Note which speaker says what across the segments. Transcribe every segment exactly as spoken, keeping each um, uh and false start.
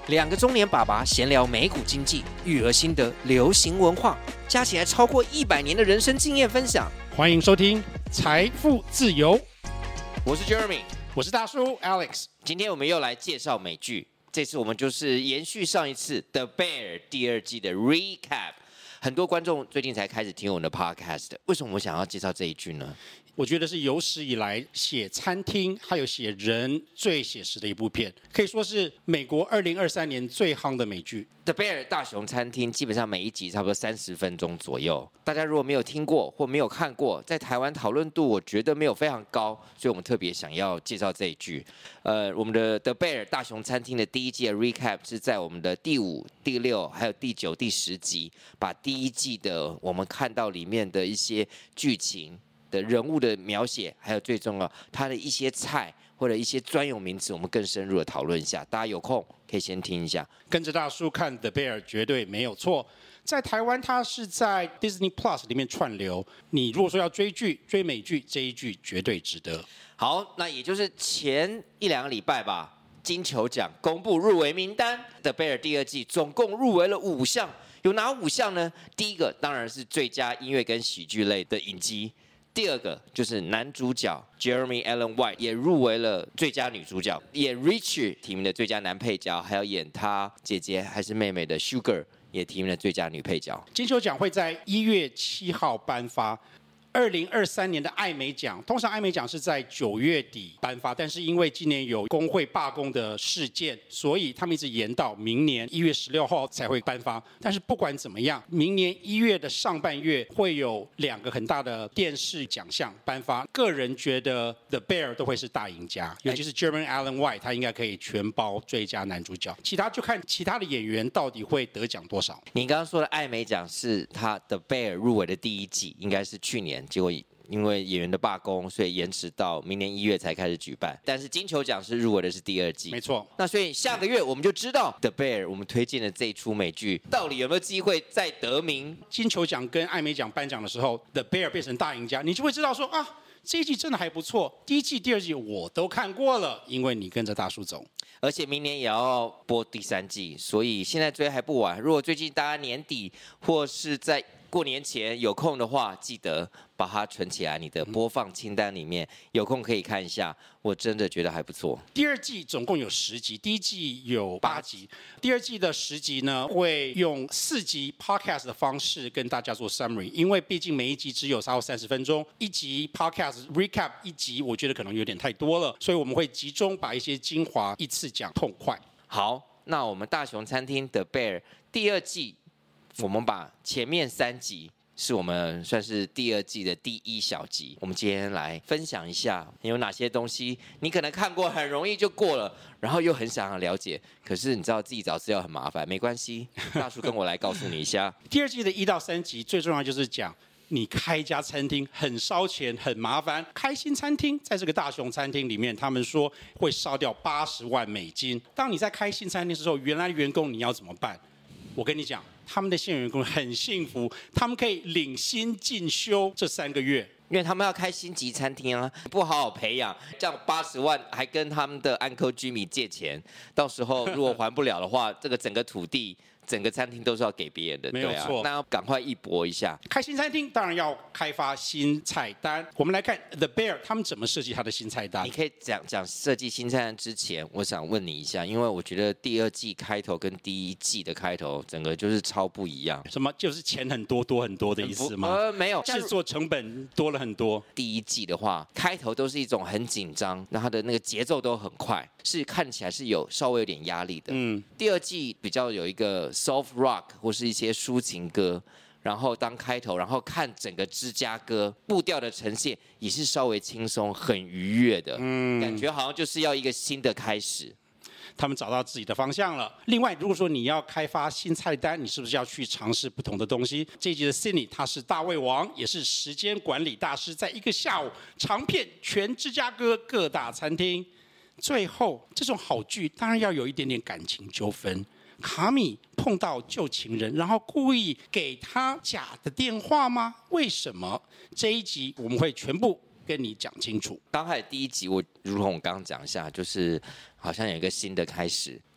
Speaker 1: 两个中年爸爸闲聊美股经济、育儿心得、流行文化，加起来超过一百年的人生经验分享。
Speaker 2: 欢迎收听《财富自由》，
Speaker 1: 我是 Jeremy，
Speaker 2: 我是大叔 Alex。
Speaker 1: 今天我们又来介绍美剧，这次我们就是延续上一次《The Bear》第二季的 recap。很多观众最近才开始听我们的 podcast， 为什么我想要介绍这一句呢？
Speaker 2: 我觉得是有史以来写餐厅还有写人最写实的一部片，可以说是美国二零二三年最夯的美剧。
Speaker 1: The Bear 大熊餐厅基本上每一集差不多三十分钟左右，大家如果没有听过或没有看过，在台湾讨论度我觉得没有非常高，所以我们特别想要介绍这一句。呃，我们的 The Bear 大熊餐厅的第一季的 recap 是在我们的第五、第六、还有第九、第十集，把第一季的我们看到里面的一些剧情的人物的描写，还有最重要它的一些菜或者一些专有名词，我们更深入的讨论一下。大家有空可以先听一下。
Speaker 2: 跟着大叔看 The Bear 绝对没有错。在台湾，它是在 Disney Plus 里面串流。你如果说要追剧、追美剧，这一剧绝对值得。
Speaker 1: 好，那也就是前一两个礼拜吧，金球奖公布入围名单， The Bear 第二季总共入围了五项，有哪五项呢？第一个当然是最佳音乐跟喜剧类的影集。第二个就是男主角 Jeremy Allen White 也入围了最佳女主角，演 Richie 提名的最佳男配角，还有演他姐姐还是妹妹的 Sugar 也提名了最佳女配角。
Speaker 2: 金球奖会在一月七号颁发。二零二三年的艾美奖，通常艾美奖是在九月底颁发，但是因为今年有工会罢工的事件，所以他们一直延到明年一月十六号才会颁发。但是不管怎么样，明年一月的上半月会有两个很大的电视奖项颁发。个人觉得 The Bear 都会是大赢家，尤其是 Jeremy Allen White， 他应该可以全包最佳男主角。其他就看其他的演员到底会得奖多少。
Speaker 1: 你刚刚说的艾美奖是他 The Bear 入围的第一季，应该是去年。结果因为演员的罢工，所以延迟到明年一月才开始举办。但是金球奖是入围的是第二季，
Speaker 2: 没错。
Speaker 1: 那所以下个月我们就知道 The Bear 我们推荐的这一出美剧到底有没有机会再得名。
Speaker 2: 金球奖跟艾美奖颁奖的时候 ，The Bear 变成大赢家，你就会知道说啊，这一季真的还不错。第一季、第二季我都看过了，因为你跟着大叔走。
Speaker 1: 而且明年也要播第三季，所以现在追还不晚。如果最近大家年底或是在过年前有空的话，记得把它存起来，你的播放清单里面有空可以看一下。我真的觉得还不错。
Speaker 2: 第二季总共有十集，第一季有八集，第二季的十集呢会用四集 podcast 的方式跟大家做 summary， 因为毕竟每一集只有差不多三十分钟，一集 podcast recap 一集，我觉得可能有点太多了，所以我们会集中把一些精华一次讲痛快。
Speaker 1: 好，那我们大熊餐厅的 Bear 第二季，我们把前面三集是我们算是第二季的第一小集，我们今天来分享一下有哪些东西你可能看过很容易就过了，然后又很想要了解，可是你知道自己找资料很麻烦，没关系，大叔跟我来告诉你一下。
Speaker 2: 第二季的一到三集最重要就是讲你开一家餐厅很烧钱很麻烦，开新餐厅在这个大熊餐厅里面，他们说会烧掉八十万美金。当你在开新餐厅的时候，原来的员工你要怎么办？我跟你讲，他们的现员工很幸福，他们可以领薪进修这三个月，
Speaker 1: 因为他们要开星级餐厅啊，不好好培养，这样八十万还跟他们的 Uncle Jimmy 借钱，到时候如果还不了的话，这个整个土地、整个餐厅都是要给别人的，
Speaker 2: 没有错。
Speaker 1: 对啊，那要赶快一搏一下。
Speaker 2: 开新餐厅当然要开发新菜单。我们来看 The Bear 他们怎么设计他的新菜单。
Speaker 1: 你可以讲讲设计新菜单之前，我想问你一下，因为我觉得第二季开头跟第一季的开头整个就是超不一样。
Speaker 2: 什么？就是钱很多多很多的意思吗？
Speaker 1: 呃，没有，
Speaker 2: 制作成本多了很多。
Speaker 1: 第一季的话，开头都是一种很紧张，那它的那个节奏都很快，是看起来是有稍微有点压力的。嗯，第二季比较有一个 soft rock 或是一些抒情歌，然后当开头，然后看整个芝加哥步调的呈现也是稍微轻松、很愉悦的，嗯，感觉好像就是要一个新的开始。
Speaker 2: 他们找到自己的方向了。另外，如果说你要开发新菜单，你是不是要去尝试不同的东西？这一集的 Sydney 他是大胃王，也是时间管理大师，在一个下午尝遍全芝加哥各大餐厅。最后，这种好剧当然要有一点点感情纠纷。卡米碰到旧情人，然后故意给他假的电话吗？为什么？这一集我们会全部跟你讲清楚。
Speaker 1: 刚开始第一集我如同我刚刚讲一下，就是好像有一个新的开始，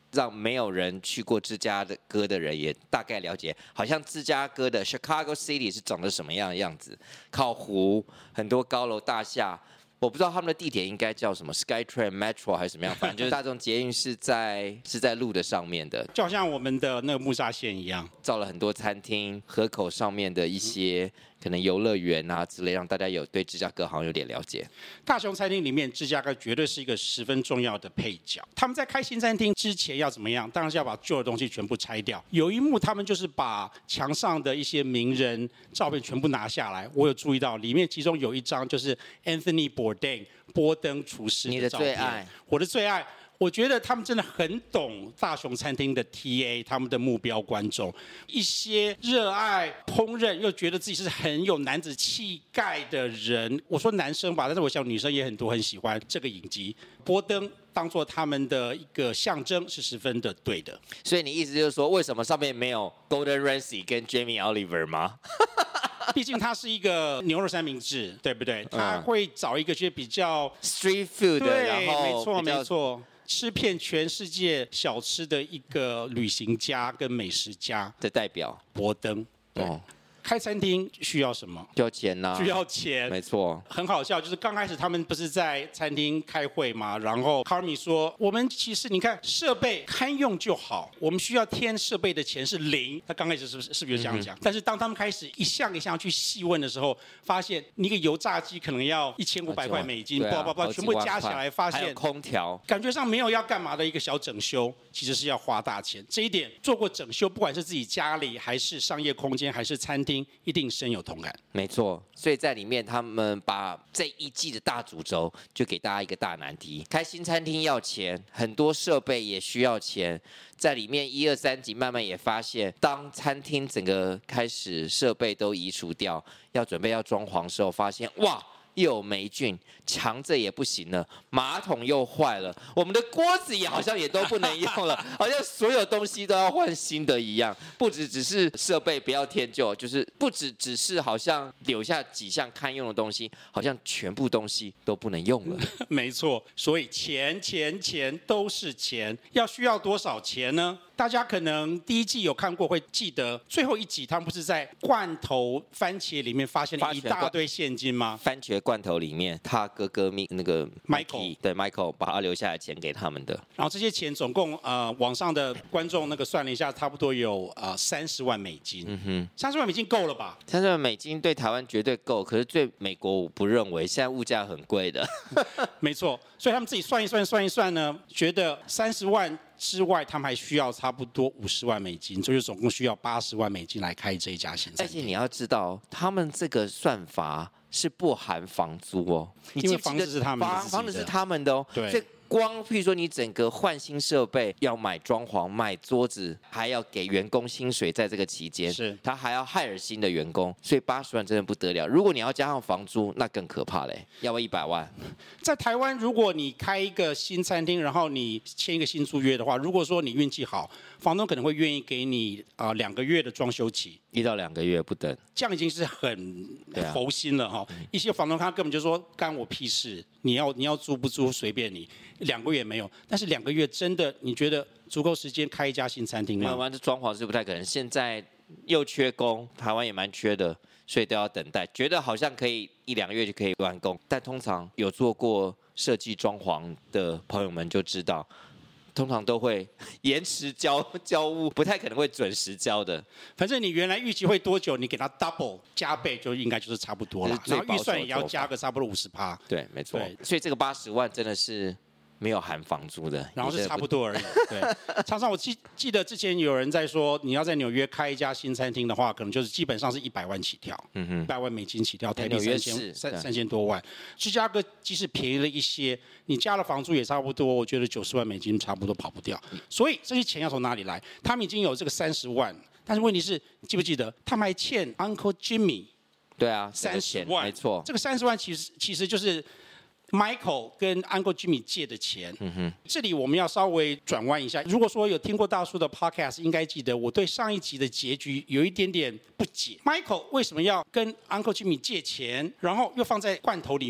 Speaker 1: 让没有人去过芝加哥的人也大概了解，好像芝加哥的 Chicago City 是长得什么样的样子，靠湖，很多高楼大厦。我不知道他们的地铁应该叫什么 ，Skytrain、Metro 还是什么样，反正就是大众捷运是在是在路的上面的，
Speaker 2: 就好像我们的那个木栅线一样，
Speaker 1: 造了很多餐厅，河口上面的一些可能游乐园啊之类，让大家有对芝加哥好像有点了解。
Speaker 2: 大熊餐厅里面，芝加哥绝对是一个十分重要的配角。他们在开新餐厅之前要怎么样？当然是要把旧的东西全部拆掉。有一幕，他们就是把墙上的一些名人照片全部拿下来。我有注意到，里面其中有一张就是 Anthony Bourdain 波登厨师的照片。
Speaker 1: 你的最爱，
Speaker 2: 我的最爱。我觉得他们真的很懂大熊餐厅的 T A， 他们的目标观众，一些热爱烹饪又觉得自己是很有男子气概的人。我说男生吧，但是我想女生也很多很喜欢这个影集。波登当做他们的一个象征是十分的对的。
Speaker 1: 所以你意思就是说，为什么上面没有 Gordon Ramsay 跟 Jamie Oliver 吗？
Speaker 2: 毕竟它是一个牛肉三明治，对不对？他会找一个些比较
Speaker 1: street food 的，然后
Speaker 2: 没错没错。吃遍全世界小吃的一个旅行家跟美食家
Speaker 1: 的代表，
Speaker 2: 波登。对，哦、开餐厅需要什么？
Speaker 1: 需要钱呐、啊，
Speaker 2: 需要钱，
Speaker 1: 没错。
Speaker 2: 很好笑，就是刚开始他们不是在餐厅开会嘛，然后 Carmy 说，我们其实你看设备堪用就好，我们需要添设备的钱是零。他刚开始是不是是不是这样讲？嗯、但是当他们开始一项一项去细问的时候，发现你一个油炸鸡可能要一千五百块美金，
Speaker 1: 叭
Speaker 2: 叭叭，全部加起来，发现
Speaker 1: 还有空调，
Speaker 2: 感觉上没有要干嘛的一个小整修，其实是要花大钱。这一点做过整修，不管是自己家里还是商业空间还是餐厅，一定深有同感。
Speaker 1: 没错，所以在里面他们把这一季的大主轴就给大家一个大难题：开新餐厅要钱，很多设备也需要钱。在里面一二三集慢慢也发现，当餐厅整个开始设备都移除掉，要准备要装潢的时候，发现哇！又有霉菌，墙这也不行了，马桶又坏了，我们的锅子也好像也都不能用了，好像所有东西都要换新的一样。不只只是设备不要添旧，就是不只只是好像留下几项堪用的东西，好像全部东西都不能用了。
Speaker 2: 没错，所以钱钱钱都是钱，要需要多少钱呢？大家可能第一季有看过，会记得最后一集，他们不是在罐头番茄里面发现了一大堆现金吗？
Speaker 1: 番茄罐头里面，他哥哥咪那个
Speaker 2: Michael
Speaker 1: 对 Michael 把他留下来的钱给他们的。
Speaker 2: 然后这些钱总共呃，网上的观众那个算了一下，差不多有呃三十万美金。嗯哼，三十万美金够了吧？
Speaker 1: 三十万美金对台湾绝对够，可是对美国我不认为，现在物价很贵的。
Speaker 2: 没错，所以他们自己算一算算一算呢，觉得三十万。之外，他们还需要差不多五十万美金，所以总共需要八十万美金来开这一家新餐厅。
Speaker 1: 而且你要知道，他们这个算法是不含房租哦，
Speaker 2: 因为房子是他们的，
Speaker 1: 房房子是他们的哦。
Speaker 2: 对。
Speaker 1: 所以光譬如说你整个换新设备，要买装潢、买桌子，还要给员工薪水，在这个期间，
Speaker 2: 是
Speaker 1: 他还要害尔新的员工，所以八十万真的不得了。如果你要加上房租，那更可怕嘞，要不要一百万？
Speaker 2: 在台湾，如果你开一个新餐厅，然后你签一个新租约的话，如果说你运气好，房东可能会愿意给你啊、呃、两个月的装修期，
Speaker 1: 一到两个月不等，
Speaker 2: 这样已经是很佛心了哈、啊。一些房东他根本就说干我屁事，你要你要租不租随便你。两个月没有，但是两个月真的，你觉得足够时间开一家新餐厅吗？
Speaker 1: 台湾这装潢是不太可能，现在又缺工，台湾也蛮缺的，所以都要等待。觉得好像可以一两个月就可以完工，但通常有做过设计装潢的朋友们就知道，通常都会延迟交交屋，不太可能会准时交的。
Speaker 2: 反正你原来预期会多久，你给它 double 加倍，就应该就是差不多了。然后预算也要加个差不多五十趴。
Speaker 1: 对，没错。所以这个八十万真的是没有含房租的，
Speaker 2: 然后是差不多而已。对，常常我记记得之前有人在说，你要在纽约开一家新餐厅的话，可能就是基本上是一百万起跳，嗯哼，一百万美金起跳，台币三千三三千多万。芝加哥即使便宜了一些，你加了房租也差不多，我觉得九十万美金差不多跑不掉。所以这些钱要从哪里来？他们已经有这个三十万，但是问题是，记不记得他们还欠 Uncle Jimmy？
Speaker 1: 对啊，
Speaker 2: 三十万，
Speaker 1: 没错。
Speaker 2: 这个三十万其实其实就是。Michael 跟 Uncle Jimmy 借的钱，嗯哼，这里我们要稍微转弯一下。如果说有听过大叔的 podcast， 应该记得我对上一集的结局有一点点不解。Michael 为什么要跟 Uncle Jimmy 借钱，然后又放在罐头里面？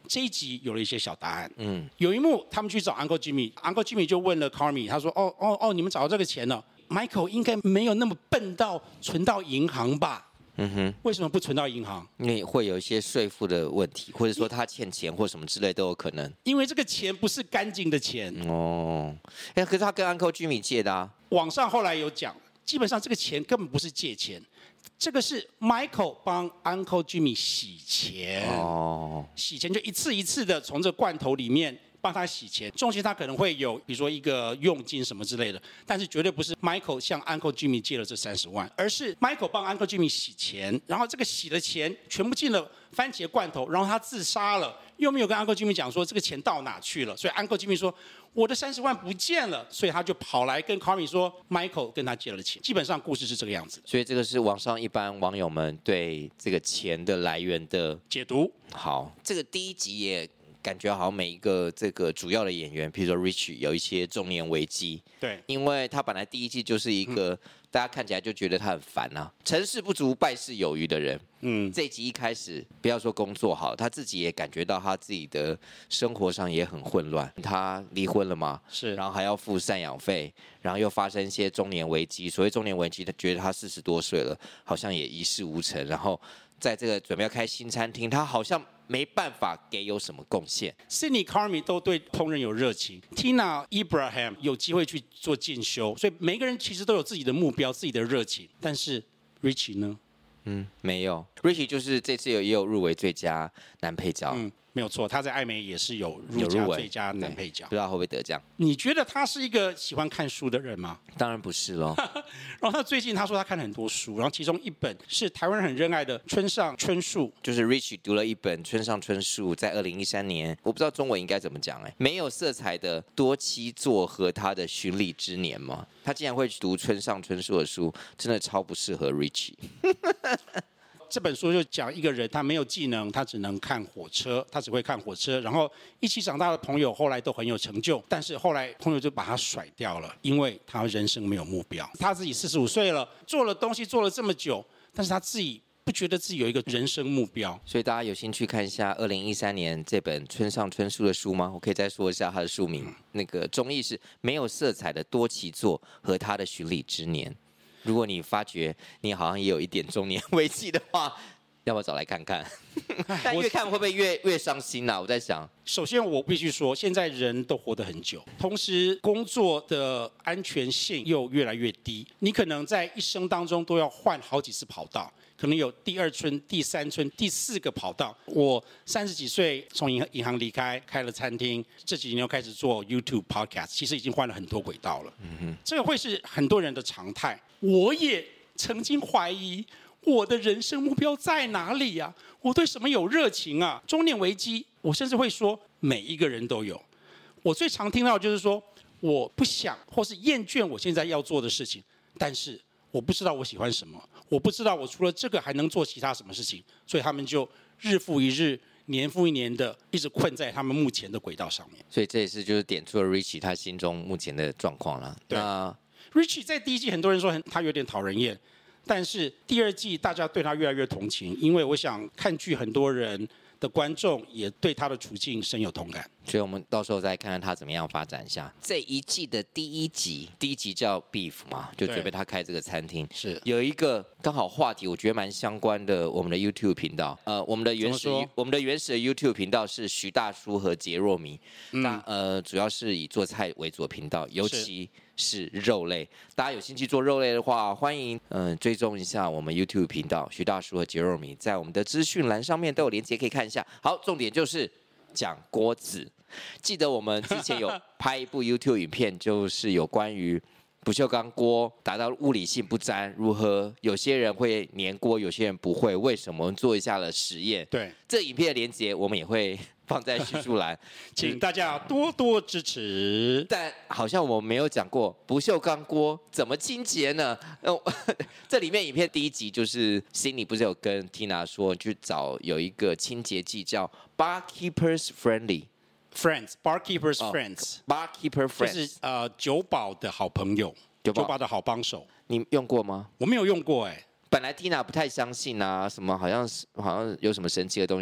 Speaker 2: 这一集有了一些小答案。
Speaker 1: 嗯，
Speaker 2: 有一幕他们去找 Uncle Jimmy，Uncle Jimmy 就问了 Carmy， 他说：“哦哦哦，你们找到这个钱了 ，Michael 应该没有那么笨到存到银行吧？”
Speaker 1: 嗯哼，
Speaker 2: 为什么不存到银行？
Speaker 1: 因为会有一些税负的问题，或者说他欠钱或什么之类都有可能。
Speaker 2: 因为这个钱不是干净的钱。
Speaker 1: 哦，哎，可是他跟 Uncle Jimmy 借的啊。
Speaker 2: 网上后来有讲，基本上这个钱根本不是借钱，这个是 Michael 帮 Uncle Jimmy 洗钱。
Speaker 1: 哦，
Speaker 2: 洗钱就一次一次的从这罐头里面帮他洗钱，中间他可能会有，比如说一个佣金什么之类的，但是绝对不是 Michael 向 Uncle Jimmy 借了这三十万，而是 Michael 帮 Uncle Jimmy 洗钱，然后这个洗的钱全部进了番茄罐头，然后他自杀了，又没有跟 Uncle Jimmy 讲说这个钱到哪去了，所以 Uncle Jimmy 说我的三十万不见了，所以他就跑来跟 Carmy 说 Michael 跟他借了钱，基本上故事是这个样子。
Speaker 1: 所以这个是网上一般网友们对这个钱的来源的
Speaker 2: 解读。
Speaker 1: 好，这个第一集也感觉好像每一个这个主要的演员，譬如说 Rich 有一些中年危机，
Speaker 2: 对，
Speaker 1: 因为他本来第一季就是一个、嗯、大家看起来就觉得他很烦啊，成事不足败事有余的人。嗯，这一集一开始不要说工作好，他自己也感觉到他自己的生活上也很混乱。他离婚了嘛，
Speaker 2: 是，
Speaker 1: 然后还要付赡养费，然后又发生一些中年危机。所谓中年危机，他觉得他四十多岁了，好像也一事无成，然后在这个准备要开新餐厅，他好像没办法给有什么贡献。
Speaker 2: Sydney Carmy 都对烹饪有热情 ，Tina Abraham 有机会去做进修，所以每个人其实都有自己的目标、自己的热情。但是 Richie 呢？
Speaker 1: 嗯，没有。Richie 就是这次有也有入围最佳男配角。
Speaker 2: 嗯，没有错，他在艾美也是有入围最佳男配角，
Speaker 1: 不知道会不会得奖。
Speaker 2: 你觉得他是一个喜欢看书的人吗？
Speaker 1: 当然不是喽。
Speaker 2: 然后他最近他说他看了很多书，然后其中一本是台湾人很热爱的村上春树，
Speaker 1: 就是 Richie 读了一本村上春树在二零一三年，我不知道中文应该怎么讲哎，没有色彩的多妻座和他的巡礼之年嘛。他竟然会读村上春树的书，真的超不适合 Richie。
Speaker 2: 这本书就讲一个人，他没有技能，他只能看火车，他只会看火车。然后一起长大的朋友后来都很有成就，但是后来朋友就把他甩掉了，因为他人生没有目标。他自己四十五岁了，做了东西做了这么久，但是他自己不觉得自己有一个人生目标。
Speaker 1: 所以大家有兴趣看一下二零一三年这本村上春树的书吗？我可以再说一下他的书名，嗯、那个中译是没有色彩的多崎作和他的巡礼之年。如果你发觉你好像也有一点中年危机的话，要不要找来看看？但越看会不会越越伤心啊？我在想，
Speaker 2: 首先我必须说，现在人都活得很久，同时工作的安全性又越来越低，你可能在一生当中都要换好几次跑道。可能有第二春、第三春、第四个跑道。我三十几岁从银银行离开，开了餐厅，这几年又开始做 YouTube Podcast， 其实已经换了很多轨道了。嗯哼，这个会是很多人的常态。我也曾经怀疑我的人生目标在哪里啊？我对什么有热情啊？中年危机，我甚至会说每一个人都有。我最常听到的就是说，我不想或是厌倦我现在要做的事情，但是我不知道我喜欢什么，我不知道我除了这个还能做其他什么事情，所以他们就日复一日、年复一年的一直困在他们目前的轨道上面。
Speaker 1: 所以这也是就是点出了 Richie 他心中目前的状况了。
Speaker 2: 对。那 Richie 在第一季很多人说很他有点讨人厌，但是第二季大家对他越来越同情，因为我想看剧很多人的观众也对他的处境深有同感。
Speaker 1: 所以我们到时候再看看他怎么样发展一下。这一季的第一集，第一集叫 Beef 嘛，就准备他开这个餐厅。是有一个刚好话题，我觉得蛮相关的。我们的 YouTube 频道，呃，我们的原始我们的原始的 YouTube 频道是徐大叔和杰若米，那、嗯、呃主要是以做菜为主的频道，尤其是肉类。大家有兴趣做肉类的话，欢迎嗯、呃、追踪一下我们 YouTube 频道徐大叔和杰若米，在我们的资讯栏上面都有连结可以看一下。好，重点就是讲锅子。记得我们之前有拍一部 YouTube 影片，就是有关于不锈钢锅达到物理性不沾，如何有些人会粘锅，有些人不会，为什么？我们做一下的实验。
Speaker 2: 对，
Speaker 1: 这影片的连结我们也会放在叙述栏，
Speaker 2: 请大家多多支持。
Speaker 1: 但好像我没有讲过不锈钢锅怎么清洁呢？呃、这里面影片第一集就是Sydney不是有跟 Tina 说，去找有一个清洁剂叫 Barkeepers Friendly。Friends,
Speaker 2: barkeepers friends,
Speaker 1: barkeeper friends
Speaker 2: 就是呃酒保的好朋友，酒保, 酒保的好帮手。
Speaker 1: 你用过吗？
Speaker 2: 我没有用过哎、欸。
Speaker 1: 本来 Tina 不太相信啊，什么好像是好像有什么神奇的东西，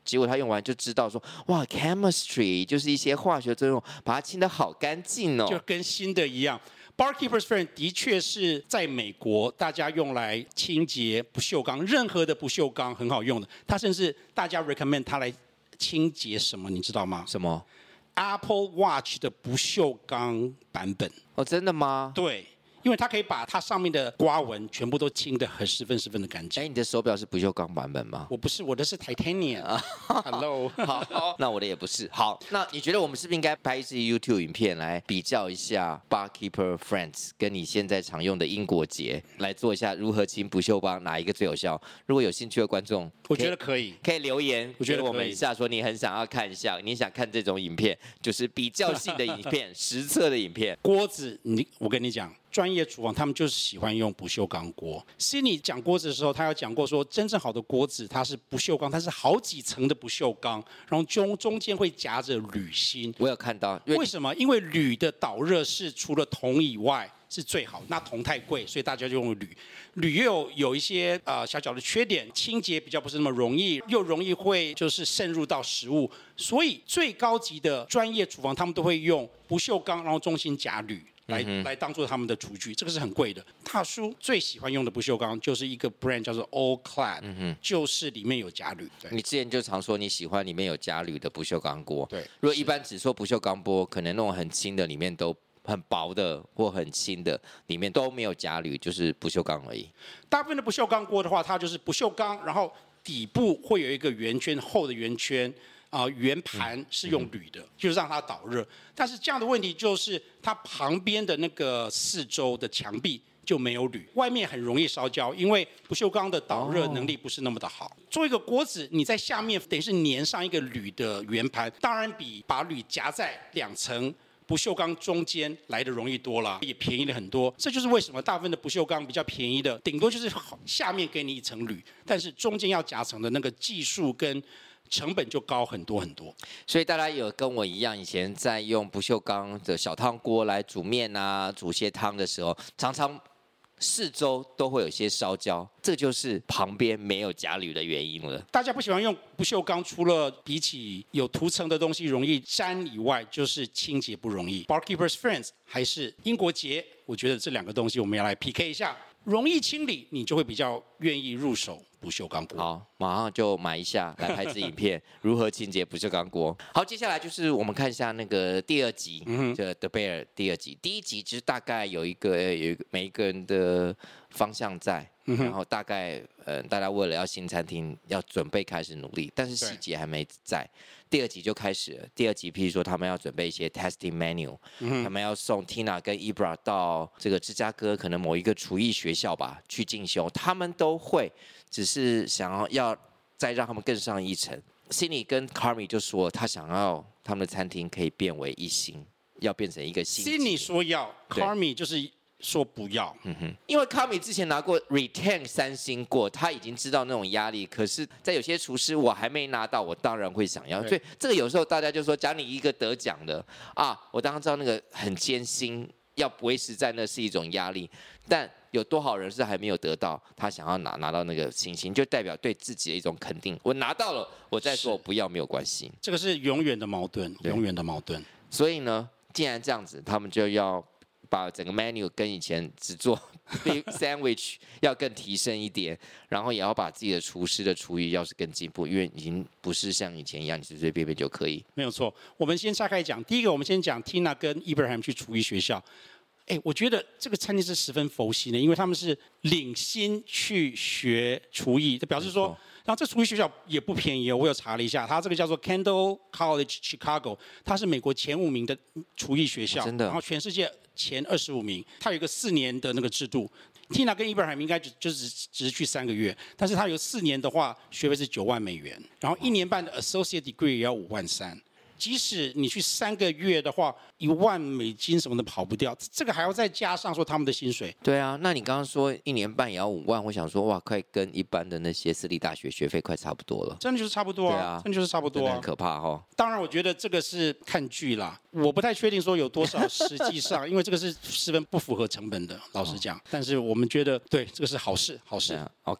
Speaker 1: 结果他用完就知道说，哇 ，chemistry 就是一些化学作用，把它清得好干净哦，
Speaker 2: 就跟新的一样。Barkeeper's Friend 的确是在美国大家用来清洁不锈钢，任何的不锈钢很好用的。它甚至大家 recommend 它来清洁什么，你知道吗？
Speaker 1: 什么
Speaker 2: ？Apple Watch 的不锈钢版本。
Speaker 1: 哦，真的吗？
Speaker 2: 对。因为它可以把它上面的刮纹全部都清得很十分十分的干净。
Speaker 1: 哎，你的手表是不锈钢版本吗？
Speaker 2: 我不是，我的是 Titanium。Hello，
Speaker 1: 好，那我的也不是。好，那你觉得我们是不是应该拍一支 YouTube 影片来比较一下 Barkeeper Friends 跟你现在常用的英国洁，来做一下如何清不锈钢哪一个最有效？如果有兴趣的观众，
Speaker 2: 我觉得可以，
Speaker 1: 可以留言，
Speaker 2: 我觉得
Speaker 1: 我们一下说你很想要看一下，你想看这种影片，就是比较性的影片、实测的影片。
Speaker 2: 锅子，你我跟你讲。专业厨房他们就是喜欢用不锈钢锅。Cindy 讲锅子的时候，他有讲过说，真正好的锅子它是不锈钢，它是好几层的不锈钢，然后中中间会夹着铝芯。
Speaker 1: 我有看到，
Speaker 2: 为什么？因为铝的导热是除了铜以外是最好，那铜太贵，所以大家就用铝。铝又有有一些呃小小的缺点，清洁比较不是那么容易，又容易会就是渗入到食物，所以最高级的专业厨房他们都会用不锈钢，然后中心夹铝。来来当做他们的厨具，这个是很贵的。大叔最喜欢用的不锈钢就是一个 brand 叫做 All Clad，、嗯、就是里面有加铝。
Speaker 1: 你之前就常说你喜欢里面有加铝的不锈钢锅。
Speaker 2: 对，
Speaker 1: 如果一般只说不锈钢锅，可能那种很轻的里面都很薄的或很轻的里面都没有加铝，就是不锈钢而已。
Speaker 2: 大部分的不锈钢锅的话，它就是不锈钢，然后底部会有一个圆圈，厚的圆圈。啊、呃，圆盘是用铝的，嗯、就是让它导热。但是这样的问题就是，它旁边的那个四周的墙壁就没有铝，外面很容易烧焦，因为不锈钢的导热能力不是那么的好。哦、做一个锅子，你在下面等于是粘上一个铝的圆盘，当然比把铝夹在两层不锈钢中间来的容易多了，也便宜了很多。这就是为什么大部分的不锈钢比较便宜的，顶多就是下面给你一层铝，但是中间要夹层的那个技术跟成本就高很多很多。
Speaker 1: 所以大家有跟我一样，以前在用不锈钢的小汤锅来煮面啊、煮些汤的时候，常常四周都会有一些烧焦，这就是旁边没有夹铝的原因了。
Speaker 2: 大家不喜欢用不锈钢，除了比起有涂层的东西容易粘以外，就是清洁不容易。Barkeeper's Friends 还是英国洁，我觉得这两个东西我们要来 P K 一下。容易清理，你就会比较愿意入手不锈钢锅。
Speaker 1: 好，马上就买一下来拍支影片，如何清洁不锈钢锅。好，接下来就是我们看一下那个第二集，嗯、就 The Bear 第二集。第一集其实大概有一个有一个每一个人的方向在，嗯、然后大概呃大家为了要新餐厅要准备开始努力，但是细节还没在。第二集就开始了。第二集，譬如说他们要准备一些 testing menu，、嗯、他们要送 Tina 跟 Ibra 到这个芝加哥可能某一个厨艺学校吧去进修，他们都会，只是想要要再让他们更上一层。Cindy 跟 Carmy 就说他想要他们的餐厅可以变为一星，要变成一个星。
Speaker 2: Cindy 说要 ，Carmy 就是说不要，
Speaker 1: 嗯哼，因为康米之前拿过 Retain 三星过，他已经知道那种压力。可是，在有些厨师我还没拿到，我当然会想要。所以这个有时候大家就说，假如你一个得奖的啊，我当然知道那个很艰辛，要维持在那是一种压力。但有多少人是还没有得到，他想要拿拿到那个星星，就代表对自己的一种肯定。我拿到了，我再说我不要没有关系。
Speaker 2: 这个是永远的矛盾，永远的矛盾。
Speaker 1: 所以呢，既然这样子，他们就要把整个 menu 跟以前只做 big sandwich 要更提升一点，然后也要把自己的厨师的厨艺要是更进步，因为已经不是像以前一样，你随随便便就可以。
Speaker 2: 没有错，我们先拆开讲。第一个，我们先讲 Tina 跟 Ibrahim 去厨艺学校。哎，我觉得这个餐厅是十分佛系的，因为他们是领薪去学厨艺，就表示说，然后这厨艺学校也不便宜哦，我有查了一下，它这个叫做 Kendall College Chicago， 它是美国前五名的厨艺学校，
Speaker 1: 真的，
Speaker 2: 然后全世界前二十五名，它有一个四年的那个制度。Tina 跟 Ibrahim 应该就就只只是去三个月，但是他有四年的话，学费是九万美元，然后一年半的 Associate Degree 也要五万三。即使你去三个月的话，一万美金什么的跑不掉，这个还要再加上说他们的薪水。
Speaker 1: 对啊，那你刚刚说一年半也要五万，我想说哇，快跟一般的那些私立大学学费快差不多了。
Speaker 2: 真的就是差不多啊，对啊真的就是差不多啊，
Speaker 1: 很可怕哦。
Speaker 2: 当然，我觉得这个是看剧啦，我不太确定说有多少实际上，因为这个是十分不符合成本的，老实讲。但是我们觉得对这个是好事，好事。
Speaker 1: 啊、OK。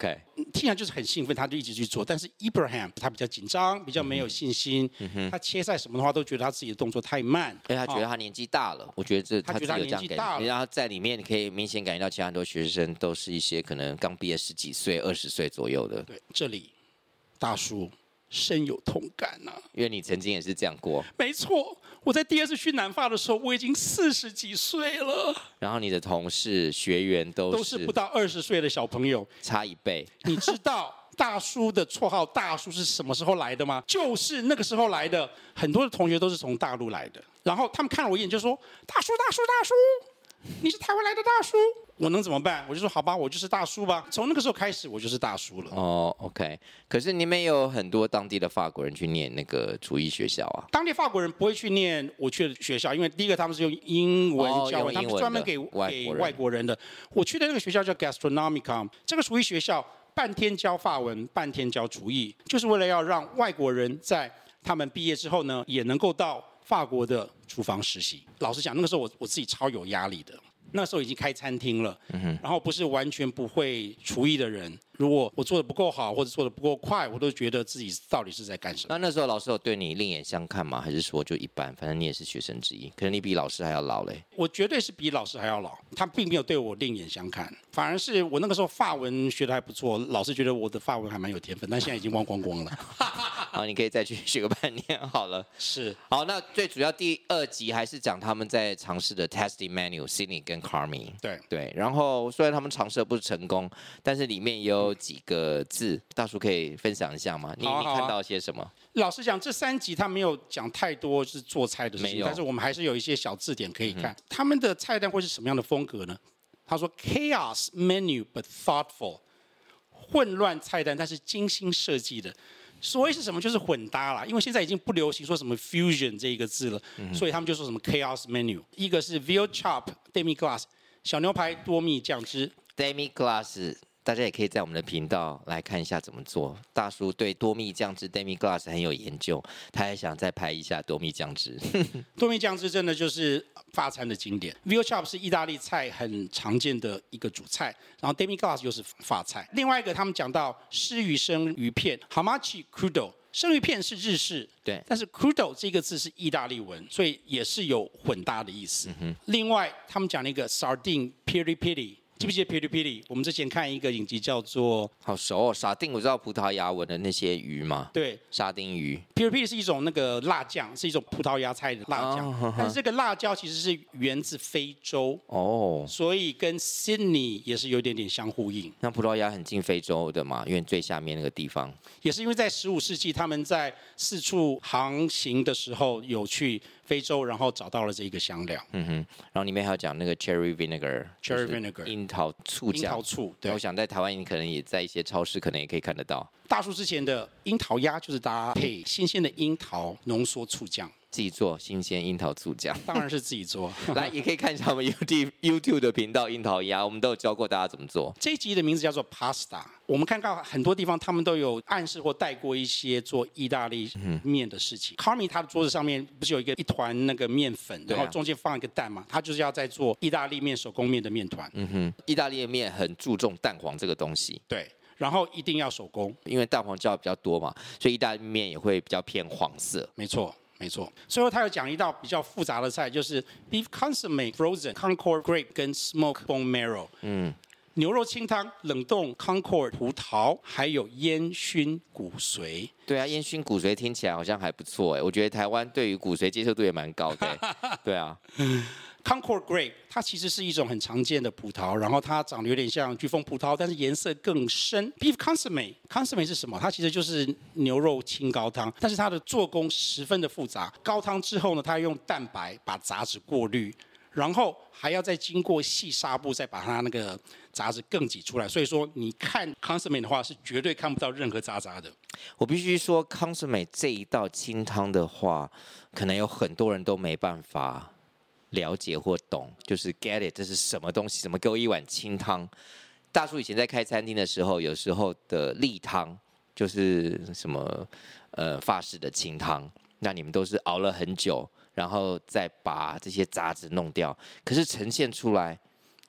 Speaker 2: 听起来就是很兴奋，他就一直去做。但是 Ibrahim 他比较紧张，比较没有信心，嗯、他切菜什么的话都觉得他自己的动作太慢，
Speaker 1: 因为他觉得他年纪大了。哦、我觉得这
Speaker 2: 他觉得他年纪大了，
Speaker 1: 然后在里面你可以明显感觉到，其他很多学生都是一些可能刚毕业十几岁、二十岁左右的。
Speaker 2: 对，这里大叔深有同感呐、啊，
Speaker 1: 因为你曾经也是这样过。
Speaker 2: 没错。我在第二次去南法的时候，我已经四十几岁了。
Speaker 1: 然后你的同事、学员都是
Speaker 2: 都是不到二十岁的小朋友，
Speaker 1: 差一倍。
Speaker 2: 你知道大叔的绰号"大叔"是什么时候来的吗？就是那个时候来的。很多的同学都是从大陆来的，然后他们看了我一眼就说："大叔，大叔，大叔，你是台湾来的大叔。"我能怎么办？我就说好吧，我就是大叔吧。从那个时候开始，我就是大叔了。
Speaker 1: 哦 ，OK。可是你们有很多当地的法国人去念那个厨艺学校啊？
Speaker 2: 当地法国人不会去念我去的学校，因为第一个他们是用英文教
Speaker 1: 哦、
Speaker 2: 他们专门给给外国人的。我去的那个学校叫 Gastronomicum， 这个厨艺学校半天教法文，半天教厨艺，就是为了要让外国人在他们毕业之后呢，也能够到法国的厨房实习。老实讲，那个时候我我自己超有压力的。那时候已经开餐厅了，嗯、然后不是完全不会厨艺的人，如果我做的不够好或者做的不够快，我都觉得自己到底是在干什么。
Speaker 1: 那那时候老师有对你另眼相看吗？还是说就一般？反正你也是学生之一，可能你比老师还要老嘞。
Speaker 2: 我绝对是比老师还要老，他并没有对我另眼相看，反而是我那个时候法文学的还不错，老师觉得我的法文还蛮有天分，但现在已经忘光光了。
Speaker 1: 好，你可以再去学个半年好了。
Speaker 2: 是。
Speaker 1: 好，那最主要第二集还是讲他们在尝试的 testing menu，Sydney 跟 Carmy。
Speaker 2: 对
Speaker 1: 对，然后虽然他们尝试的不是成功，但是里面也有几个字，大叔可以分享一下吗？你
Speaker 2: 好啊好啊
Speaker 1: 你看到些什么？
Speaker 2: 老实讲，这三集他没有讲太多是做菜的事情，但是我们还是有一些小字典可以看。嗯、他们的菜单会是什么样的风格呢？他说 ：chaos menu but thoughtful， 混乱菜单，但是精心设计的。所谓是什么？就是混搭啦，因为现在已经不流行说什么 fusion 这一个字了，嗯、所以他们就说什么 chaos menu。一个是 veal chop demi glace 小牛排多蜜酱汁
Speaker 1: demi glace。大家也可以在我们的频道来看一下怎么做。大叔对多蜜酱汁 demi glace 很有研究，他还想再拍一下多蜜酱汁。
Speaker 2: 多蜜酱汁真的就是法餐的经典。veal chop 是意大利菜很常见的一个主菜，然后 demi glace 又是法菜。另外一个他们讲到湿鱼生鱼片 hamachi crudo， 生鱼片是日式，
Speaker 1: 对，
Speaker 2: 但是 crudo 这个字是意大利文，所以也是有混搭的意思。嗯、另外他们讲了一个 sardine piri piri。记不记得 Piri Piri？ 我们之前看一个影集叫做……
Speaker 1: 好熟哦，沙丁，我知道葡萄牙文的那些鱼嘛。
Speaker 2: 对，
Speaker 1: 沙丁鱼。
Speaker 2: Piri Piri 是一种那个辣酱，是一种葡萄牙菜的辣酱，哦、但是这个辣椒其实是源自非洲哦，所以跟 Sydney 也是有点点相呼应。
Speaker 1: 那葡萄牙很近非洲的嘛，因为最下面那个地方。
Speaker 2: 也是因为在十五世纪他们在四处航行的时候有去非洲，然后找到了这一个香料。
Speaker 1: 嗯哼，然后里面还有讲那个 cherry vinegar，cherry
Speaker 2: vinegar，
Speaker 1: 樱桃醋酱。
Speaker 2: 樱桃醋，对。
Speaker 1: 我想在台湾你可能也在一些超市可能也可以看得到。
Speaker 2: 大叔之前的樱桃鸭就是搭配新鲜的樱桃浓缩醋酱。
Speaker 1: 自己做新鲜樱桃醋酱，
Speaker 2: 当然是自己做。
Speaker 1: 来，也可以看一下我们 YouTube YouTube 的频道樱桃鸭，我们都有教过大家怎么做。
Speaker 2: 这一集的名字叫做 Pasta。我们看到很多地方他们都有暗示或带过一些做意大利面的事情。Carmy 他的桌子上面不是有一个一团那个面粉，然后中间放一个蛋嘛？他就是要在做意大利面手工面的面团。
Speaker 1: 嗯哼，意大利面很注重蛋黄这个东西。
Speaker 2: 对。然后一定要手工，
Speaker 1: 因为蛋黄叫比较多嘛，所以意大利面也会比较偏黄色。
Speaker 2: 没错。没错，最后他有讲一道比较复杂的菜，就是 beef consomme frozen Concord grape 跟 smoked bone marrow。嗯，牛肉清汤、冷冻 Concord 葡萄，还有烟熏骨髓。
Speaker 1: 对啊，烟熏骨髓听起来好像还不错哎，我觉得台湾对于骨髓接受度也蛮高的。对啊。
Speaker 2: Concord grape 它其实是一种很常见的葡萄，然后它长得有点像巨峰葡萄，但是颜色更深。Beef consomme consomme 是什么？它其实就是牛肉清高汤，但是它的做工十分的复杂。高汤之后呢，它用蛋白把杂质过滤，然后还要再经过细纱布，再把它那个杂质更挤出来。所以说，你看 consomme 的话，是绝对看不到任何渣渣的。
Speaker 1: 我必须说 consomme 这一道清汤的话，可能有很多人都没办法了解或懂，就是 get it， 这是什么东西？怎么给我一碗清汤？大叔以前在开餐厅的时候，有时候的例汤就是什么呃法式的清汤，那你们都是熬了很久，然后再把这些杂质弄掉，可是呈现出来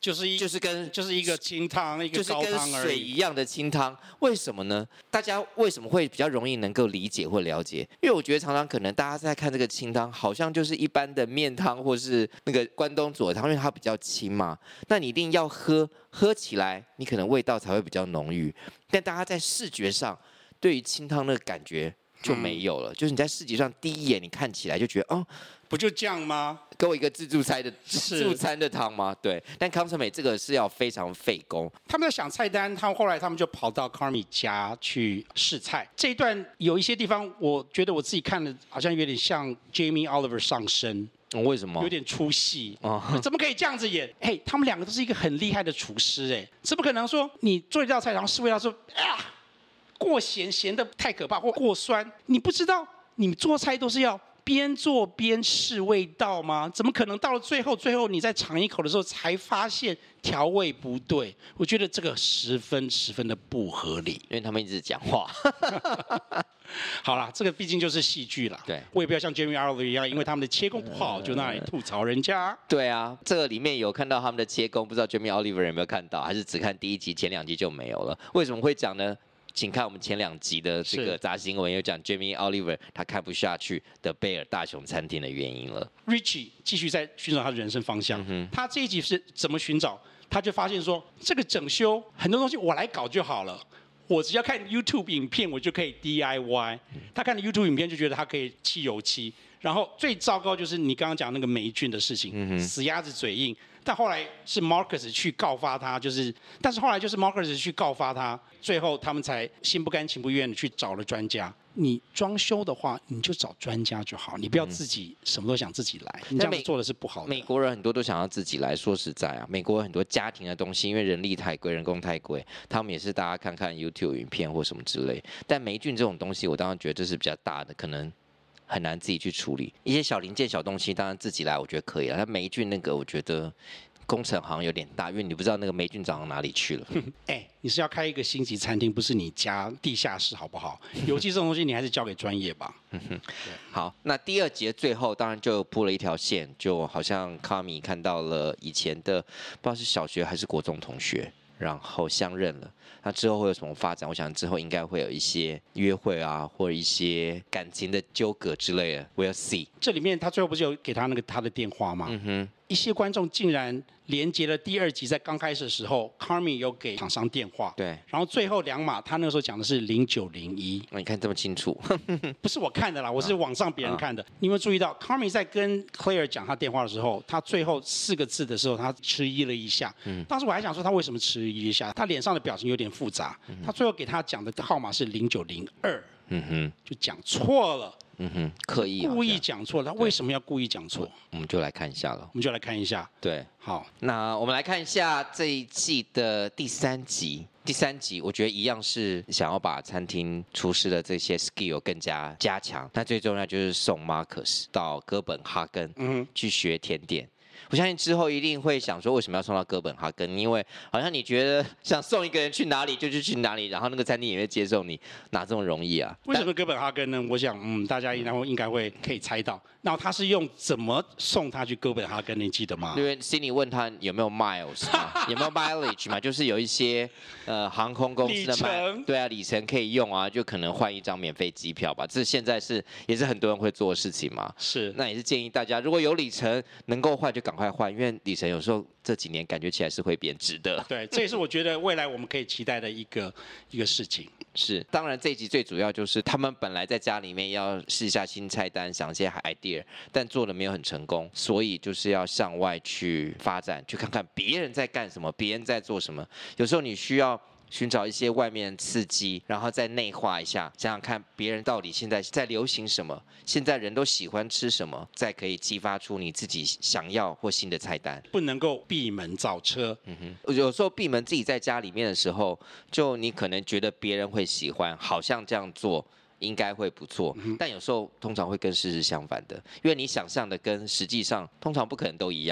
Speaker 2: 就是一
Speaker 1: 就是跟
Speaker 2: 就是一个清汤，一个
Speaker 1: 就是跟
Speaker 2: 高汤而
Speaker 1: 水
Speaker 2: 已。
Speaker 1: 一样的清汤，为什么呢？大家为什么会比较容易能够理解或了解？因为我觉得常常可能大家在看这个清汤，好像就是一般的面汤或是那个关东煮的汤，因为它比较清嘛。那你一定要喝，喝起来你可能味道才会比较浓郁。但大家在视觉上对于清汤那个感觉就没有了，嗯、就是你在视觉上第一眼你看起来就觉得哦。
Speaker 2: 不就这样吗？
Speaker 1: 给我一个自助餐的自助餐的汤吗？对，但康成美这个是要非常费工。
Speaker 2: 他们在想菜单，他们后来他们就跑到 Carmy 家去试菜。这一段有一些地方，我觉得我自己看的好像有点像 Jamie Oliver 上身。
Speaker 1: 哦、为什么？
Speaker 2: 有点出戏、
Speaker 1: 哦、
Speaker 2: 怎么可以这样子演？嘿，他们两个都是一个很厉害的厨师，哎，怎么可能说你做一道菜，然后试味道说啊过咸，咸的太可怕，或过酸？你不知道，你做菜都是要边做边试味道吗？怎么可能到了最后，最后你在尝一口的时候才发现调味不对？我觉得这个十分十分的不合理，
Speaker 1: 因为他们一直讲话。
Speaker 2: 好啦，这个毕竟就是戏剧啦。
Speaker 1: 对，
Speaker 2: 我也不要像 Jamie Oliver 一样，因为他们的切工不好，就那里吐槽人家。
Speaker 1: 对啊，这个里面有看到他们的切工，不知道 Jamie Oliver 有没有看到，还是只看第一集，前两集就没有了？为什么会讲呢？请看我们前两集的这个杂新闻，有讲 Jamie Oliver 他看不下去的贝尔大熊餐厅的原因了。
Speaker 2: Richie 继续在寻找他的人生方向。嗯、他这一集是怎么寻找？他就发现说，这个整修很多东西我来搞就好了。我只要看 YouTube 影片，我就可以 D I Y。他看了 YouTube 影片就觉得他可以漆油漆，然后最糟糕就是你刚刚讲那个霉菌的事情，嗯、死鸭子嘴硬。但后来是 Marcus 去告发他，就是，但是后来就是 Marcus 去告发他，最后他们才心不甘情不愿的去找了专家。你装修的话，你就找专家就好，你不要自己什么都想自己来，你这样子做的是不好的。
Speaker 1: 美国人很多都想要自己来，说实在啊，美国很多家庭的东西，因为人力太贵，人工太贵，他们也是大家看看 YouTube 影片或什么之类。但霉菌这种东西，我当然觉得这是比较大的，可能很难自己去处理。一些小零件、小东西，当然自己来，我觉得可以了。但霉菌那个，我觉得工程好像有点大，因为你不知道那个霉菌长到哪里去了。
Speaker 2: 哎、欸，你是要开一个星级餐厅，不是你家地下室，好不好？油漆这种东西，你还是交给专业吧。
Speaker 1: 嗯哼，好，那第二节最后当然就铺了一条线，就好像卡米看到了以前的，不知道是小学还是国中同学，然后相认了。那之后会有什么发展？我想之后应该会有一些约会啊，或者一些感情的纠葛之类的。We'll see。
Speaker 2: 这里面他最后不是有给他那个他的电话吗？嗯哼。一些观众竟然连接了第二集，在刚开始的时候 ，Carmy 有给厂商电话。
Speaker 1: 对。
Speaker 2: 然后最后两码，他那个时候讲的是零九零一。
Speaker 1: 你看这么清楚？
Speaker 2: 不是我看的啦，我是网上别人看的。啊、你有没有注意到 ，Carmy 在跟 Claire 讲他电话的时候，他最后四个字的时候，他迟疑了一下。嗯。当时我还想说他为什么迟疑一下，他脸上的表情有点复杂。嗯、他最后给他讲的号码是零九零二。嗯哼。就讲错了。
Speaker 1: 嗯哼，刻意
Speaker 2: 故意讲错了，他为什么要故意讲错？
Speaker 1: 我们就来看一下了。
Speaker 2: 我们就来看一下。
Speaker 1: 对，
Speaker 2: 好，
Speaker 1: 那我们来看一下这一季的第三集。第三集我觉得一样是想要把餐厅厨师的这些 skill 更加加强。那最重要就是送 Marcus 到哥本哈根，嗯，去学甜点。我相信之后一定会想说，为什么要送到哥本哈根？因为好像你觉得想送一个人去哪里就去去哪里，然后那个餐厅也会接受你，哪这么容易啊？
Speaker 2: 为什么哥本哈根呢？我想，嗯，大家应该会应该会可以猜到。然后他是用怎么送他去哥本哈根？你记得吗？
Speaker 1: 因为 Cindy 问他有没有 miles 嘛，有没有 mileage 嘛，就是有一些呃航空公司的
Speaker 2: 里
Speaker 1: 对啊里程可以用啊，就可能换一张免费机票吧。这现在是也是很多人会做的事情嘛。
Speaker 2: 是，
Speaker 1: 那也是建议大家，如果有里程能够换就赶快换，因为里程有时候这几年感觉起来是会贬值的。
Speaker 2: 对，这也是我觉得未来我们可以期待的一个一个事情。
Speaker 1: 是，当然这一集最主要就是他们本来在家里面要试一下新菜单，想一些 idea， 但做的没有很成功，所以就是要向外去发展，去看看别人在干什么，别人在做什么。有时候你需要寻找一些外面刺激，然后再内化一下，想想看别人到底现在在流行什么，现在人都喜欢吃什么，再可以激发出你自己想要或新的菜单。
Speaker 2: 不能够闭门造车。
Speaker 1: 嗯哼，有时候闭门自己在家里面的时候，就你可能觉得别人会喜欢，好像这样做应该会不错，嗯、但有时候通常会跟事实相反的，因为你想象的跟实际上通常不可能都一样嘛。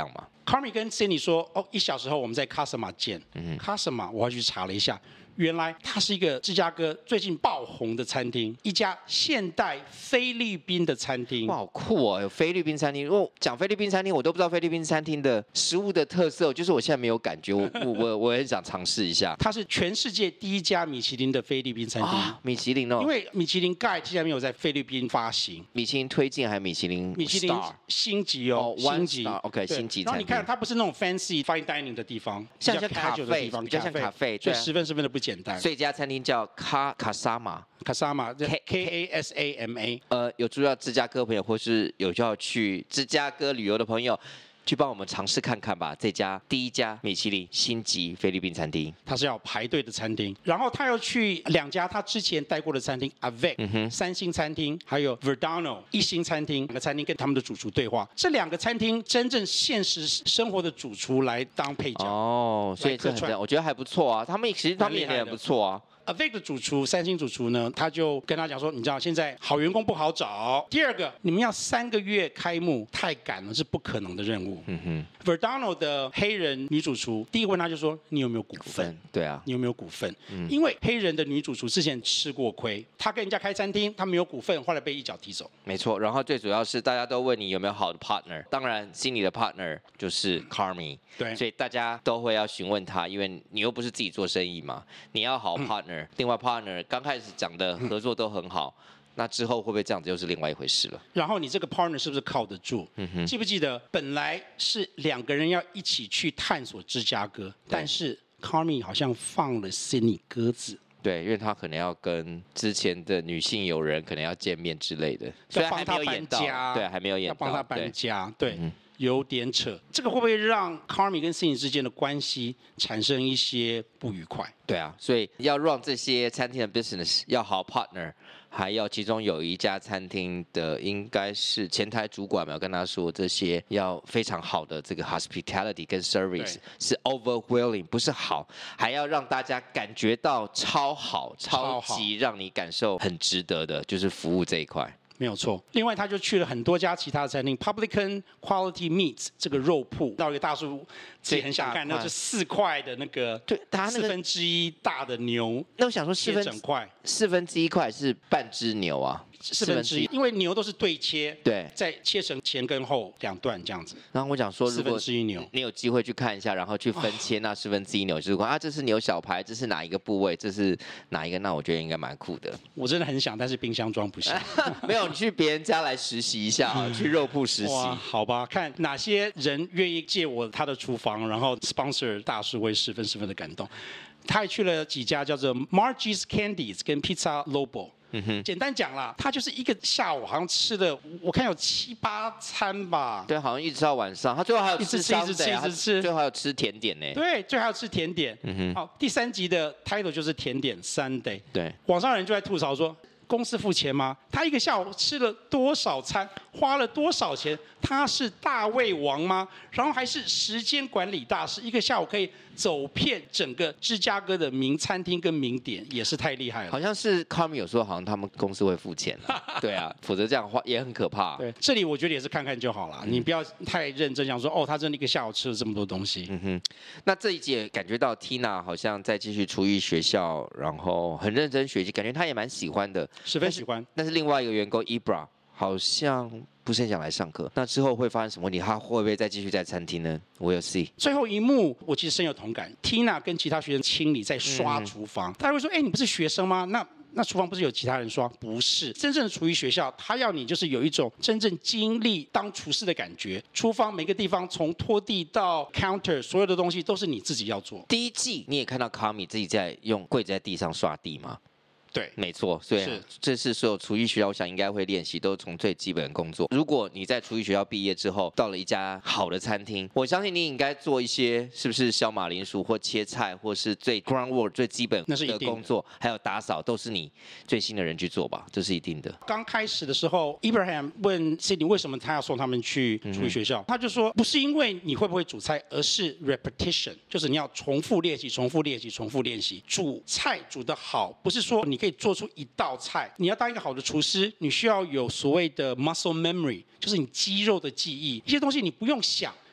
Speaker 2: Carmy 跟 Cindy 说，哦，一小时后我们在 Kasama 见。嗯 Kasama 我要去查了一下。原来它是一个芝加哥最近爆红的餐厅，一家现代菲律宾的餐厅。
Speaker 1: 哇，好酷哦！有菲律宾餐厅。如果讲菲律宾餐厅，我都不知道菲律宾餐厅的食物的特色，就是我现在没有感觉，我我我我很想尝试一下。
Speaker 2: 它是全世界第一家米其林的菲律宾餐厅。啊、
Speaker 1: 米其林哦，
Speaker 2: 因为米其林盖现在没有在菲律宾发行。
Speaker 1: 米其林推荐还是米其林 Star？
Speaker 2: 米其林星级哦，
Speaker 1: 哦
Speaker 2: 星级
Speaker 1: ，OK， 星级餐厅。
Speaker 2: 然后你看，它不是那种 fancy fine dining 的地方，
Speaker 1: 像像咖啡，
Speaker 2: 比
Speaker 1: 较像咖啡，
Speaker 2: 所以十分十分的不简单。
Speaker 1: 所以这家餐厅叫卡卡萨玛，
Speaker 2: 卡萨玛 K K A S A M A。
Speaker 1: 呃，有住到芝加哥朋友，或是有就要去芝加哥旅游的朋友，去帮我们尝试看看吧。这家第一家米其林星级菲律宾餐厅，
Speaker 2: 它是要排队的餐厅。然后他又去两家他之前待过的餐厅 ，Avec、嗯、三星餐厅，还有 Verdano 一星餐厅，两个餐厅跟他们的主厨对话。这两个餐厅真正现实生活的主厨来当配角。
Speaker 1: 哦，所以这很，我觉得还不错啊。他们其实他们也很不错啊。
Speaker 2: Avec 的主厨，三星主厨呢，他就跟他讲说，你知道现在好员工不好找。第二个，你们要三个月开幕，太赶了，是不可能的任务。嗯哼。Verdano 的黑人女主厨，第一个问他就说，你有没有股份？
Speaker 1: 对啊，
Speaker 2: 你有没有股份？嗯。因为黑人的女主厨之前吃过亏，她跟人家开餐厅，她没有股份，后来被一脚踢走。
Speaker 1: 没错。然后最主要是大家都问你有没有好的 partner， 当然心里的 partner 就是 Carmy。
Speaker 2: 对。
Speaker 1: 所以大家都会要询问他，因为你又不是自己做生意嘛，你要好 partner。嗯、另外 partner 刚开始讲的合作都很好，嗯、那之后会不会这样子又是另外一回事了。
Speaker 2: 然后你这个 partner 是不是靠得住？嗯哼。记不记得本来是两个人要一起去探索芝加哥，但是 Carmy 好像放了 Cindy 鸽子。
Speaker 1: 对，因为他可能要跟之前的女性友人可能要见面之类的，
Speaker 2: 所以还没有搬家。
Speaker 1: 对，还没有演到，
Speaker 2: 要帮他搬家。对。对嗯有点扯，这个会不会让 Carmy 跟 Cindy 之间的关系产生一些不愉快？
Speaker 1: 对啊，所以要让这些餐厅的 business 要好 partner， 还要其中有一家餐厅的应该是前台主管嘛，有跟他说这些要非常好的这个 hospitality 跟 service 是 overwhelming， 不是好，还要让大家感觉到超好、超级让你感受很值得的，就是服务这一块。
Speaker 2: 没有错。另外，他就去了很多家其他的餐厅 ，Publican Quality Meats 这个肉铺，到一个大叔自己很想看，那是四块的那个，
Speaker 1: 对，他那个
Speaker 2: 四分之一大的牛。
Speaker 1: 那我想说，四分
Speaker 2: 整块，
Speaker 1: 四分之一块是半只牛啊。
Speaker 2: 四分之一，因为牛都是对切，
Speaker 1: 对，
Speaker 2: 再切成前跟后两段这样子。
Speaker 1: 然后我讲说，
Speaker 2: 四分之一牛，
Speaker 1: 你有机会去看一下，然后去分切那四分之一牛，就是说啊，这是牛小排，这是哪一个部位，这是哪一个？那我觉得应该蛮酷的。
Speaker 2: 我真的很想，但是冰箱装不下。
Speaker 1: 没有，你去别人家来实习一下啊，去肉铺实习。
Speaker 2: 哇，好吧，看哪些人愿意借我他的厨房，然后 sponsor 大叔会十分十分的感动。他还去了几家叫做 Margie's Candies 跟 Pizza Lobo。嗯哼，简单讲啦，他就是一个下午好像吃的，我看有七八餐吧。
Speaker 1: 对，好像一直到晚上，他最后还有吃
Speaker 2: 一直吃一直吃，
Speaker 1: 最后还有吃甜点呢。
Speaker 2: 对，最后还有吃甜点。嗯哼，好，第三集的 title 就是甜点 Sunday。
Speaker 1: 对，
Speaker 2: 网上人就在吐槽说，公司付钱吗？他一个下午吃了多少餐，花了多少钱？他是大胃王吗？然后还是时间管理大师，一个下午可以走遍整个芝加哥的名餐厅跟名点，也是太厉害了。
Speaker 1: 好像是 Carmy 有说，好像他们公司会付钱。对啊，否则这样花也很可怕。
Speaker 2: 对，这里我觉得也是看看就好了，嗯、你不要太认真想说，哦，他真的一个下午吃了这么多东西。嗯
Speaker 1: 哼，那这一节感觉到 Tina 好像在继续厨艺学校，然后很认真学习，感觉他也蛮喜欢的，
Speaker 2: 十分喜欢。
Speaker 1: 但是另外一个员工 Ibra 好像不是很想来上课，那之后会发生什么问题？他会不会再继续在餐厅呢？我有 see。
Speaker 2: 最后一幕，我其实深有同感。Tina 跟其他学生清理在刷厨房，他、嗯、会说：“哎，你不是学生吗？那那厨房不是有其他人刷？不是，真正的厨艺学校，他要你就是有一种真正经历当厨师的感觉。厨房每个地方，从拖地到 counter， 所有的东西都是你自己要做。
Speaker 1: 第一季你也看到 Carmy 自己在用跪在地上刷地吗？”
Speaker 2: 对，
Speaker 1: 没错，所以这是所有厨艺学校，我想应该会练习，都是从最基本的工作。如果你在厨艺学校毕业之后，到了一家好的餐厅，我相信你应该做一些是不是削马铃薯或切菜，或是最 groundwork 最基本的工作，还有打扫，都是你最新的人去做吧，这是一定的。
Speaker 2: 刚开始的时候 ，Abraham 问 Cindy 为什么他要送他们去厨艺学校，嗯、他就说不是因为你会不会煮菜，而是 repetition， 就是你要重复练习、重复练习、重复练习。煮菜煮得好，不是说你可以做出一道菜，你要当一个好的厨师，你需要有所谓的 muscle memory， 就是你肌肉的记忆，一些东西你不用想，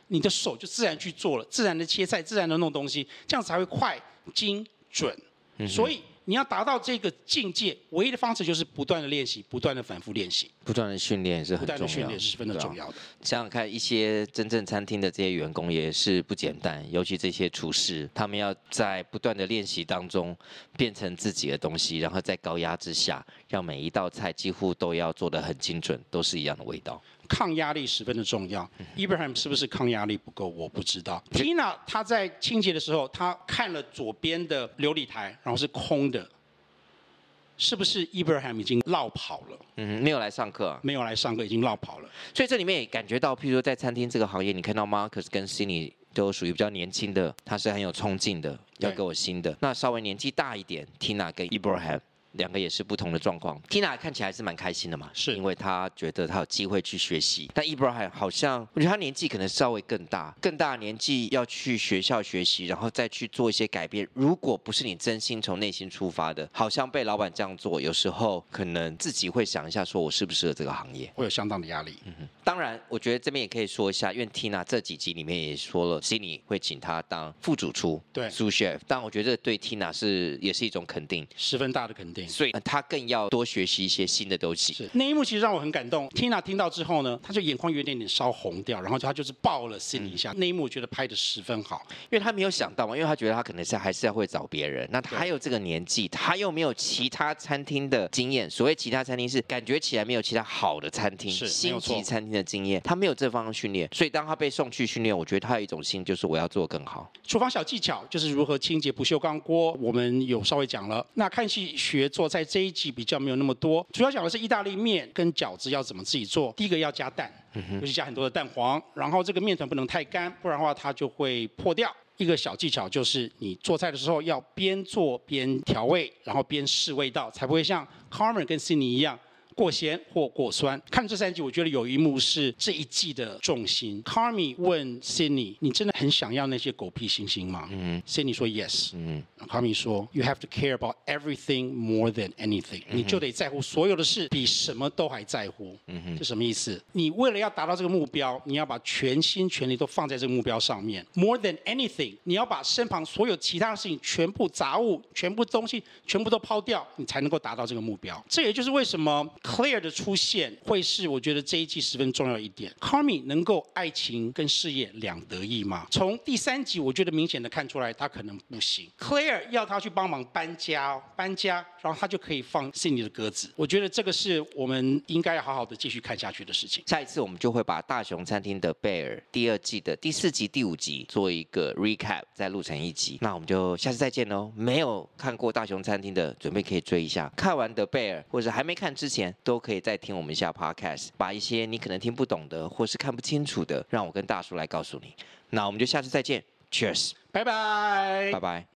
Speaker 2: 你的手就自然去做了，自然的切菜，自然的弄东西，这样才会快、精准。嗯、所以你要达到这个境界，唯一的方式就是不断的练习，不断的反复练习，
Speaker 1: 不断的训练是很重要的，
Speaker 2: 不断的训练是十分的重要的。
Speaker 1: 想想看，一些真正餐厅的这些员工也是不简单，尤其这些厨师，他们要在不断的练习当中变成自己的东西，然后在高压之下，让每一道菜几乎都要做得很精准，都是一样的味道。
Speaker 2: 抗压力十分的重要。Ibrahim 是不是抗压力不够？我不知道。Tina 她在清洁的时候，她看了左边的琉璃台，然后是空的，是不是 Ibrahim 已经落跑了？
Speaker 1: 嗯，没有来上课、啊，
Speaker 2: 没有来上课，已经落跑了。
Speaker 1: 所以这里面也感觉到，譬如说在餐厅这个行业，你看到 Marcus 跟 Cindy 都属于比较年轻的，他是很有冲劲的，要给我新的。那稍微年纪大一点 ，Tina 跟 Ibrahim。两个也是不同的状况。Tina 看起来是蛮开心的嘛，
Speaker 2: 是
Speaker 1: 因为她觉得她有机会去学习。但 Ibrahim 好像，我觉得他年纪可能稍微更大，更大的年纪要去学校学习，然后再去做一些改变。如果不是你真心从内心出发的，好像被老板这样做，有时候可能自己会想一下，说我适不适合这个行业，
Speaker 2: 会有相当的压力。
Speaker 1: 嗯哼，当然，我觉得这边也可以说一下，因为 Tina 这几集里面也说了 ，Cindy 会请她当副主厨，
Speaker 2: 对
Speaker 1: ，sous chef。但我觉得对 Tina 是也是一种肯定，
Speaker 2: 十分大的肯定。
Speaker 1: 所以她更要多学习一些新的东西。
Speaker 2: 是那一幕其实让我很感动。Tina 听到之后呢，她就眼眶有一点点烧红掉，然后她就是抱了 Cindy 一下。嗯、那一幕我觉得拍的十分好，
Speaker 1: 因为她没有想到嘛，因为她觉得她可能是还是要会找别人。那她还有这个年纪，她又没有其他餐厅的经验。所谓其他餐厅是感觉起来没有其他好的餐厅，
Speaker 2: 是
Speaker 1: 星级餐厅的经验，她没有这方面训练。所以当她被送去训练，我觉得她有一种心，就是我要做更好。
Speaker 2: 厨房小技巧就是如何清洁不锈钢锅，我们有稍微讲了。那看戏学做在这一集比较没有那么多。主要讲的是意大利面跟饺子要怎么自己做。第一个要加蛋，尤其加很多的蛋黄，然后这个面团不能太干，不然的话它就会破掉。一个小技巧就是你做菜的时候要边做边调味，然后边试味道，才不会像 Carmen 跟 Cindy 一样过咸或过酸。看这三集，我觉得有一幕是这一季的重心。Carmen 问 Cindy：“ 你真的很想要那些狗屁星星吗？”嗯 Cindy 说 ：“Yes。”嗯 Carmen 说 ：“You have to care about everything more than anything。嗯”你就得在乎所有的事，比什么都还在乎。嗯哼，这什么意思？你为了要达到这个目标，你要把全心全力都放在这个目标上面。More than anything， 你要把身旁所有其他的事情、全部杂物、全部东西、全部都抛掉，你才能够达到这个目标。这也就是为什么 Claire 的出现会是我觉得这一季十分重要的一点。Carmen 能够爱情跟事业两得意吗？从第三集我觉得明显的看出来他可能不行。Claire 要他去帮忙搬家、哦，搬家，然后他就可以放 Cindy 的鸽子。我觉得这个是我们应该要好好的继续看下去的事情。
Speaker 1: 下一次我们就会把大熊餐厅的贝尔第二季的第四集、第五集做一个 recap， 再录成一集。那我们就下次再见喽！没有看过大熊餐厅的，准备可以追一下。看完的贝尔或者还没看之前，都可以再听我们一下 podcast， 把一些你可能听不懂的或是看不清楚的，让我跟大叔来告诉你。那我们就下次再见 ，Cheers，
Speaker 2: 拜拜，
Speaker 1: 拜拜。